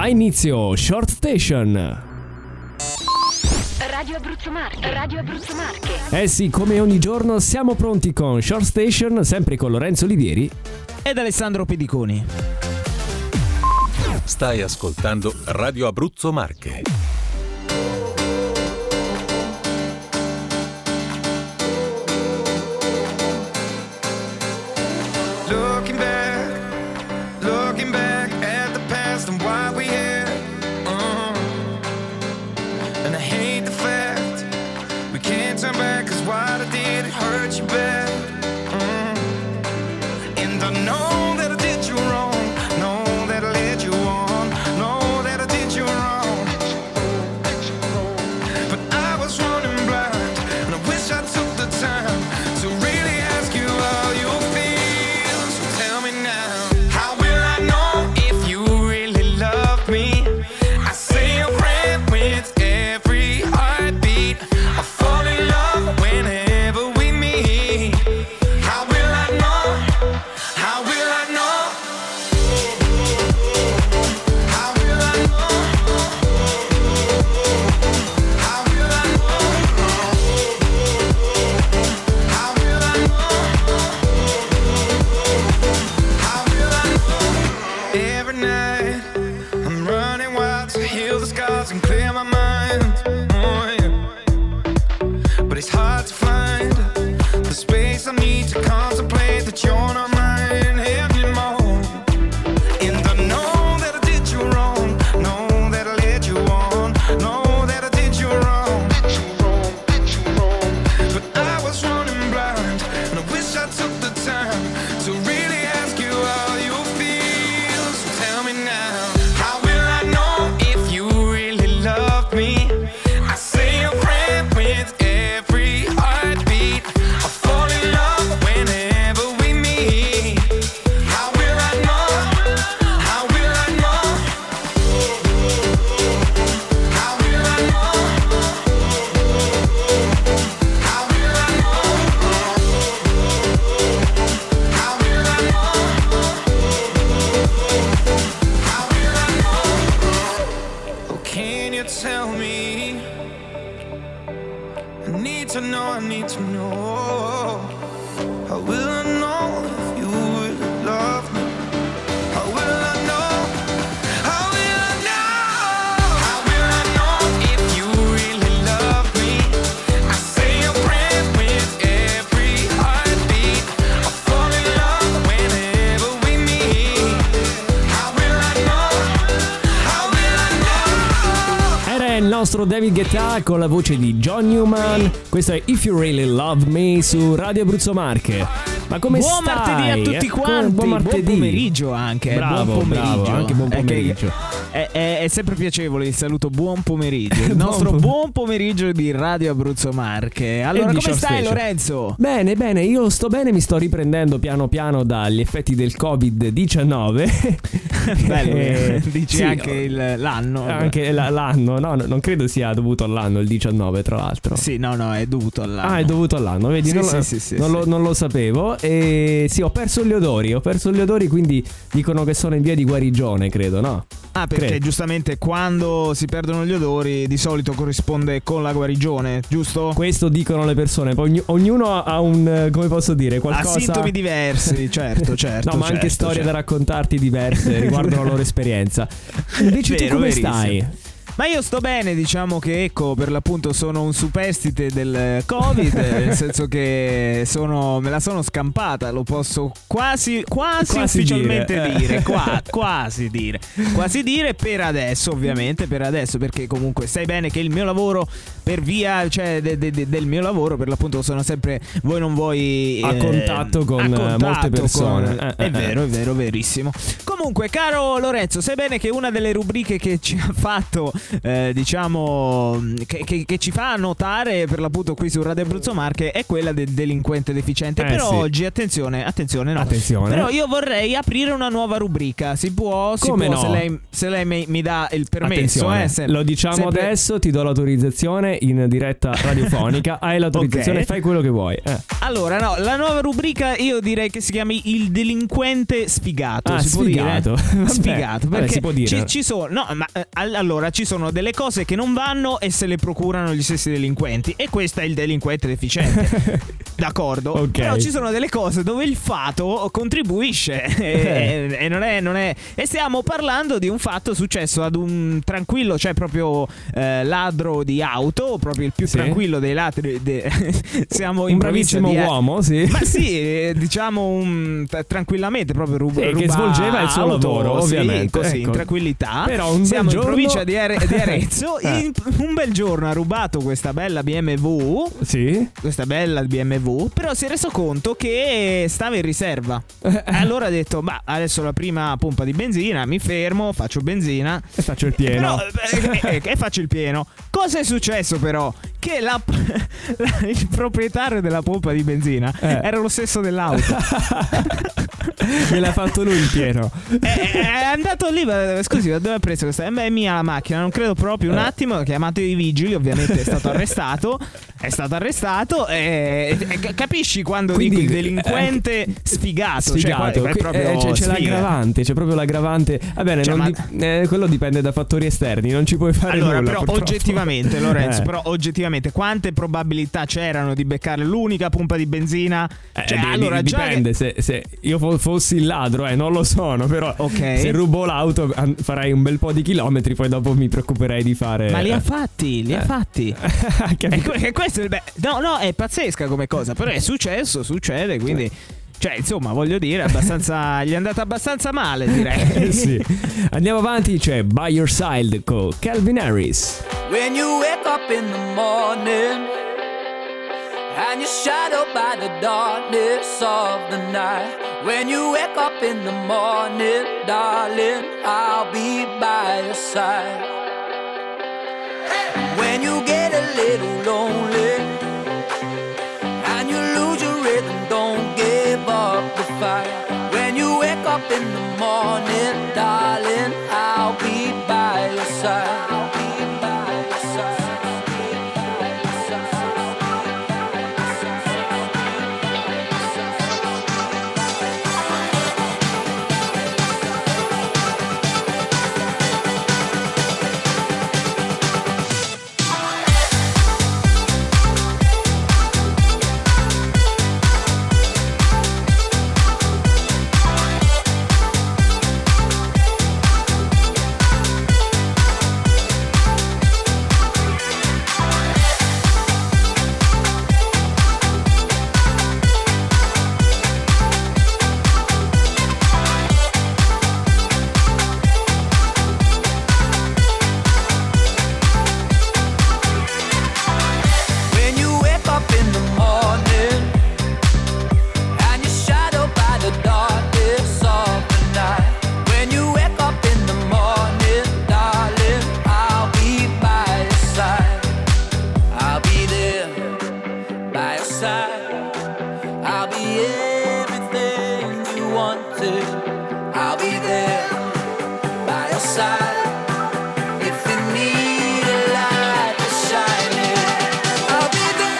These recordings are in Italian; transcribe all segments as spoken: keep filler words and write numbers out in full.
Ha inizio Short Station. Radio Abruzzo Marche, Radio Abruzzo Marche. Eh sì, come ogni giorno siamo pronti con Short Station, sempre con Lorenzo Olivieri ed Alessandro Pediconi. Stai ascoltando Radio Abruzzo Marche. Looking back, looking back at the past and why we here. uh. And I hate the fact we can't turn back, cause what I did it hurt you bad. uh. And I know that I did you wrong, know that I led you on, know that I did you wrong. But I was running blind, and I wish I took the time to really ask you how you feel. So tell me now, how will I know if you really love me? I say a prayer with every heartbeat. I fall in love whenever we meet. How will I know? How will I know? How will I know? How will I know? How will I know? How will I know? Every night I'm running wild to heal the scars and clear my mind. Oh, yeah. But it's hard to find the space I need to contemplate that you're not mine anymore. And I know that I did you wrong, know that I led you on, know that I did you wrong. But I was running blind, and I wish I took the time to really ask you how you feel. So tell me now, how will I know if you really love me? I say a prayer with every heartbeat. I fall in love whenever we meet. How will I know? How will I know? How will I know? How will I know? How will I know? How will I know? Oh, can you tell me? I need to know, I need to know. How will I know if you really love me? How will I know? How will I know? How will I know if you really love me? I say a prayer with every heartbeat. I fall in love whenever we meet. How will I know? How will I know? Era il nostro David Guetta con la voce di John Newman. Questo è If You Really Love Me su Radio Abruzzo Marche. Ma come Buon stai? martedì a tutti Eh, quanti. Buon martedì. Buon pomeriggio anche. Bravo, buon pomeriggio. bravo, anche buon È che- pomeriggio. È, è- è sempre piacevole il saluto buon pomeriggio. Il Buon nostro pom- buon pomeriggio di Radio Abruzzo Marche. Allora, di come Short stai, Station. Lorenzo? Bene, bene, io sto bene, mi sto riprendendo piano piano dagli effetti del covid diciannove. Bello, Eh, dici sì, anche il- l'anno. Anche la- l'anno, no, no, non credo sia dovuto all'anno il diciannove, tra l'altro. Sì, no, no, è dovuto all'anno. Ah, è dovuto all'anno, vedi? Sì, non, sì, lo, sì, sì, non, sì. Lo, non lo sapevo. E sì, ho perso gli odori, ho perso gli odori, quindi dicono che sono in via di guarigione, credo, no? Ah, perché Credo. giustamente quando si perdono gli odori di solito corrisponde con la guarigione, giusto? Questo dicono le persone, poi ogni- ognuno ha un, eh, come posso dire, Ha qualcosa... sintomi diversi, certo, certo. No, ma anche certo, storie certo. da raccontarti diverse riguardo la loro esperienza. Invece tu Vero, come verissimo. stai? Ma io sto bene, diciamo che ecco, per l'appunto sono un superstite del Covid, nel senso che sono, me la sono scampata, lo posso quasi, quasi, Quasi ufficialmente dire, dire, eh. qua, quasi dire, quasi dire per adesso, ovviamente per adesso, perché comunque sai bene che il mio lavoro per via, cioè de, de, de, del mio lavoro per l'appunto sono sempre voi non vuoi A eh, contatto con, a contatto molte persone. con- Eh, è eh, vero, è vero, verissimo. Comunque, caro Lorenzo, sai bene che una delle rubriche che ci ha fatto eh, diciamo che, che, che ci fa notare per l'appunto qui su Radio Abruzzo Marche è quella del delinquente deficiente. Eh, Però sì. oggi attenzione, attenzione, no. Attenzione. Però io vorrei aprire una nuova rubrica. Si può, si Come può no? se lei, se lei mi, mi dà il permesso, Attenzione, eh, se- lo diciamo sempre- adesso, ti do l'autorizzazione in diretta radiofonica. Hai l'autorizzazione, Ok. fai quello che vuoi. Eh. Allora, no, la nuova rubrica io direi che si chiami il delinquente sfigato. Ah, si può sfigato. dire? Vabbè, Sfigato, vabbè, perché si può dire. Ci, ci sono, no, ma eh, all- allora ci sono delle cose che non vanno e se le procurano gli stessi delinquenti. E questo è il delinquente deficiente. D'accordo? Ok. Però ci sono delle cose dove il fato contribuisce e, e non, è, non è. E stiamo parlando di un fatto successo ad un tranquillo, cioè proprio eh, ladro di auto, proprio il più Sì. tranquillo dei ladri. de- Siamo in Un provincia bravissimo di- uomo, sì. Ma sì, eh, diciamo un, t- tranquillamente proprio rub- Sì, che ruba svolgeva il suo auto, lavoro, sì, ovviamente, così, ecco. in tranquillità. Però un Siamo bel in giorno- provincia di, Are- di Arezzo. Eh. in- un bel giorno ha rubato questa bella B M W. Sì. Questa bella B M W. Però si è reso conto che stava in riserva. Eh. E allora ha detto: ma adesso la prima pompa di benzina, mi fermo, faccio benzina. E faccio il pieno. Però, eh, eh, e faccio il pieno. Cosa è successo però? Che la, la- il proprietario della pompa di benzina Eh. era lo stesso dell'auto. Me l'ha fatto lui il pieno. è, è andato lì, ma, scusi, ma dove ha preso questa? Eh, beh, è mia la macchina, non credo proprio. Un attimo, ha chiamato i vigili, ovviamente è stato arrestato. È stato arrestato e, e ca- capisci quando Quindi, dico il delinquente eh, sfigato, Sfigato. Cioè, è Qui- proprio eh, c'è, c'è sfiga. l'aggravante, c'è proprio l'aggravante. Va bene, Cioè, non ma- dip- eh, quello dipende da fattori esterni, non ci puoi fare Allora, nulla. però purtroppo. oggettivamente, Lorenzo, Eh. però oggettivamente quante probabilità c'erano di beccare l'unica pompa di benzina? Eh, Cioè, di- allora di- già dipende, se, se io fo- fossi il ladro, eh, non lo sono, però Ok. se rubo l'auto an- farei un bel po' di chilometri, poi dopo mi preoccuperei di fare. Ma li eh. ha fatti, li ha Eh. fatti. Capito? E que- e questo è il be- no, no, è pazzesca come cosa, però è successo, succede, quindi cioè, insomma, voglio dire, abbastanza gli è andata abbastanza male, direi. Eh, sì. Andiamo avanti, c'è By Your Side con Calvin Harris. When you wake up in the morning and you're shadowed by the darkness of the night. When you wake up in the morning, darling, I'll be by your side. When you get a little lonely and you lose your rhythm, don't give up the fight. When you wake up in the morning, darling, I'll be by your side. I'll be by your side. When you wake up in the morning and you're shadowed by the darkness of the night. When you wake up in the morning, darling, I'll be by your side. I'll be there by your side. I'll be everything you wanted. I'll be there by your side. If you need a light to shine in, I'll be there.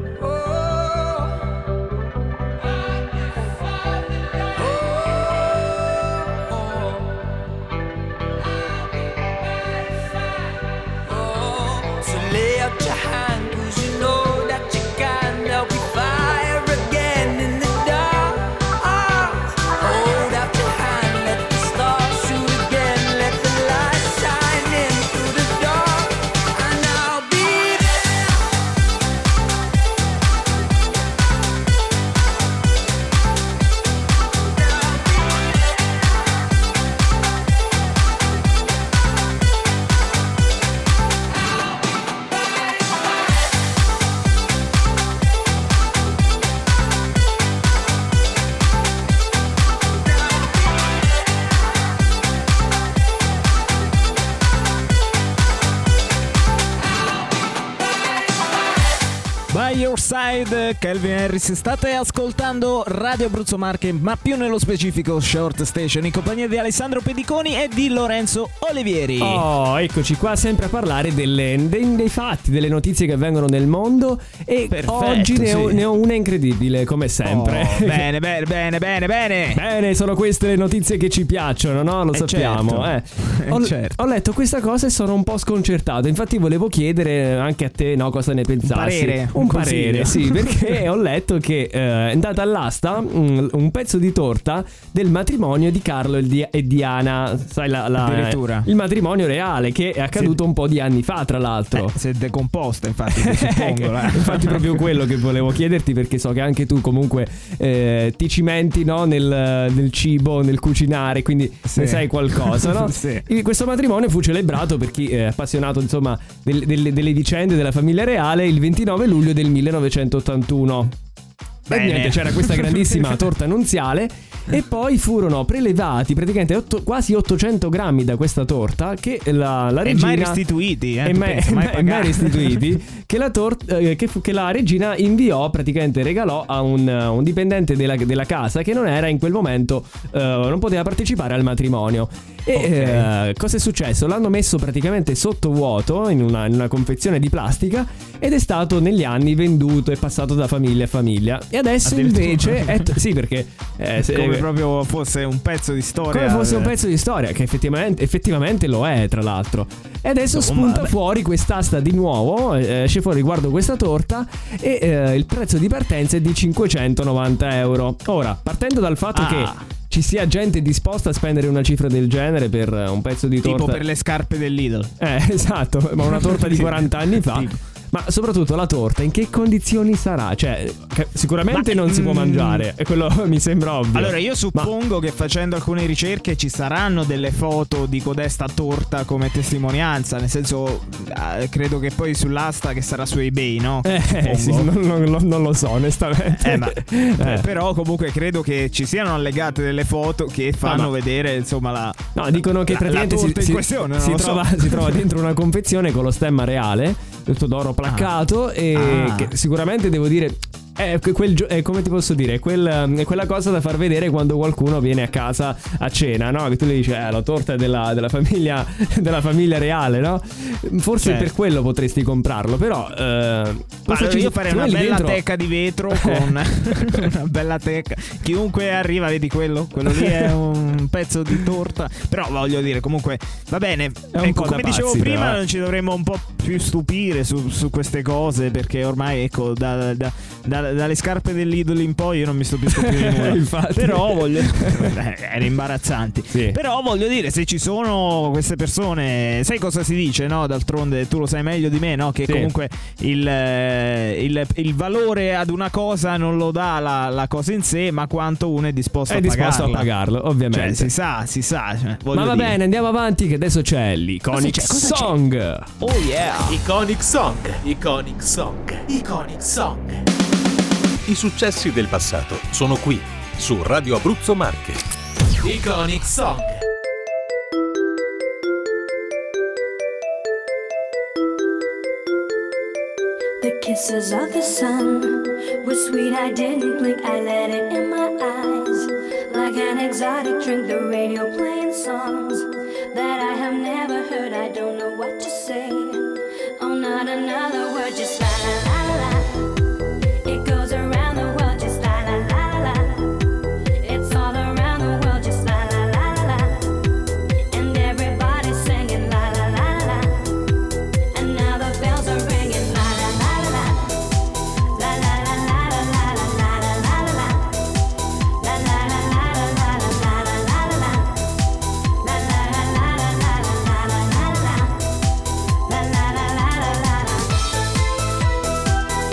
Oh, Your Side, Calvin Harris. State ascoltando Radio Abruzzo Marche, ma più nello specifico Short Station, in compagnia di Alessandro Pediconi e di Lorenzo Olivieri. Oh, eccoci qua sempre a parlare delle, dei, dei fatti, delle notizie che avvengono nel mondo. E Perfetto, oggi ne ho, sì. ne ho una incredibile, come sempre. Oh, bene, bene, bene, bene, bene. Bene, sono queste le notizie che ci piacciono, no? Lo Eh, sappiamo. certo. Eh. Ho, Eh, certo. ho letto questa cosa e sono un po' sconcertato. Infatti volevo chiedere anche a te, no, cosa ne pensassi. parere, un, un parere, consiglio. sì, perché ho letto che eh, è andata all'asta un, un pezzo di torta del matrimonio di Carlo e, di, e Diana. Sai, la, la, Addirittura. il matrimonio reale che è accaduto Sì. un po' di anni fa, tra l'altro. Eh, si è decomposta, infatti, suppongo. eh. Infatti proprio quello che volevo chiederti, perché so che anche tu comunque eh, ti cimenti, no, nel, nel cibo, nel cucinare, quindi Sì. ne sai qualcosa, no? Sì. E questo matrimonio fu celebrato, per chi è appassionato insomma del- del- delle vicende della famiglia reale, il ventinove luglio del millenovecentottantuno. E Bene. niente, c'era questa grandissima torta nunziale e poi furono prelevati praticamente otto- quasi ottocento grammi da questa torta che la, la E regina... mai restituiti, eh? e tu mai, pensa, mai mai- mai pagati. restituiti che la, tor- eh, che, fu- che la regina inviò, praticamente regalò a un, uh, un dipendente della, della casa che non era in quel momento, uh, non poteva partecipare al matrimonio. E Ok. uh, cosa è successo? L'hanno messo praticamente sotto vuoto in una, in una confezione di plastica ed è stato negli anni venduto e passato da famiglia a famiglia. E adesso Addirittura. invece è t- sì, perché eh, se- Come proprio fosse un pezzo di storia. come fosse un pezzo di storia, che effettivamente, effettivamente lo è, tra l'altro. E adesso Insomma, spunta beh. fuori quest'asta di nuovo, eh, esce fuori riguardo questa torta e eh, il prezzo di partenza è di cinquecentonovanta euro. Ora, partendo dal fatto Ah. che ci sia gente disposta a spendere una cifra del genere per eh, un pezzo di torta, Tipo per le scarpe del Lidl. eh, esatto, ma una torta di quaranta anni fa. Tipo. Ma soprattutto la torta in che condizioni sarà? Cioè, che sicuramente Ma, non si può mm, mangiare, e quello mi sembra ovvio. Allora, io suppongo che facendo alcune ricerche ci saranno delle foto di codesta torta come testimonianza. Nel senso, eh, credo che poi sull'asta che sarà su eBay, no? Eh, Suppongo. sì, non, non- non- non lo so, onestamente. Eh, ma Eh. però comunque credo che ci siano allegate delle foto che fanno ma- vedere, insomma, la. No, dicono che la- praticamente la si, torta in si- questione, non si lo so. trova, si trova dentro una confezione con lo stemma reale, tutto d'oro placcato, e Ah. che sicuramente devo dire è que- quel gio- è come ti posso dire, è, quel- è quella cosa da far vedere quando qualcuno viene a casa a cena, no? Che tu gli dici, eh, la torta è della, della famiglia della famiglia reale, no? Forse Certo. per quello potresti comprarlo, però eh, Ma forse ci- io farei una secondo me lì bella dentro- teca di vetro con una bella teca. Chiunque arriva, vedi quello? Quello lì è un pezzo di torta. Però voglio dire, comunque, va bene. È un Ecco, po' come da dicevo pazzi, prima, però, eh. non ci dovremmo un po' più stupire su, su queste cose. Perché ormai, ecco, da- da- da- dalle scarpe dell'Idol in poi io non mi stupisco più di nulla. Infatti. Però voglio. eh, Erano imbarazzanti. Sì. Però voglio dire, se ci sono queste persone, sai cosa si dice, no? D'altronde tu lo sai meglio di me, no? Che Sì. comunque il, eh, il, il valore ad una cosa non lo dà la, la cosa in sé, ma quanto uno è disposto è a disposto pagarla. a pagarlo, ovviamente. Cioè, si sa, si sa. Cioè, voglio Ma va dire. bene, andiamo avanti che adesso c'è l'Iconic Cosa c'è? Cosa c'è? Song. Oh yeah. Iconic Song, Iconic Song, Iconic Song. I successi del passato sono qui, su Radio Abruzzo Marche. Iconic Song. The kisses of the sun were sweet, I didn't blink, I let it in my eyes. Like an exotic drink, the radio playing songs that I have never heard, I don't know what to say. Oh, not another word, just la la la la la. It goes around the world, just la la la la la. It's all around the world, just la la la la la. And everybody's singing la la la la la. And now the bells are ringing la la la la la. La la la la la la la la la la la. La la la la la la la la la la la. La la la la la la la la la la. La la la la la la la.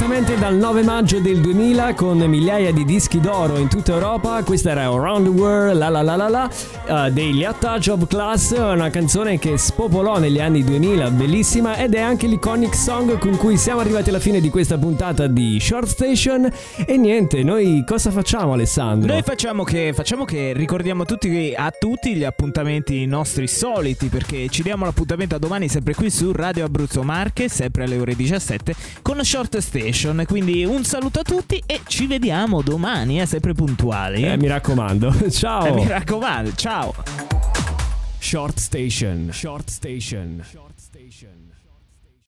direttamente dal nove maggio del duemila con migliaia di dischi d'oro in tutta Europa. Questa era Around the World, la la la la la uh, degli A Touch of Class, una canzone che spopolò negli anni duemila, bellissima, ed è anche l'iconic song con cui siamo arrivati alla fine di questa puntata di Short Station. E niente, noi cosa facciamo, Alessandro? Noi facciamo che, facciamo che ricordiamo tutti, a tutti gli appuntamenti nostri soliti, perché ci diamo l'appuntamento a domani sempre qui su Radio Abruzzo Marche, sempre alle ore diciassette con Short Station. Quindi un saluto a tutti e ci vediamo domani, eh, sempre puntuali. Eh, mi raccomando, ciao. Eh, mi raccomando, ciao. Short Station, Short Station, Short Station.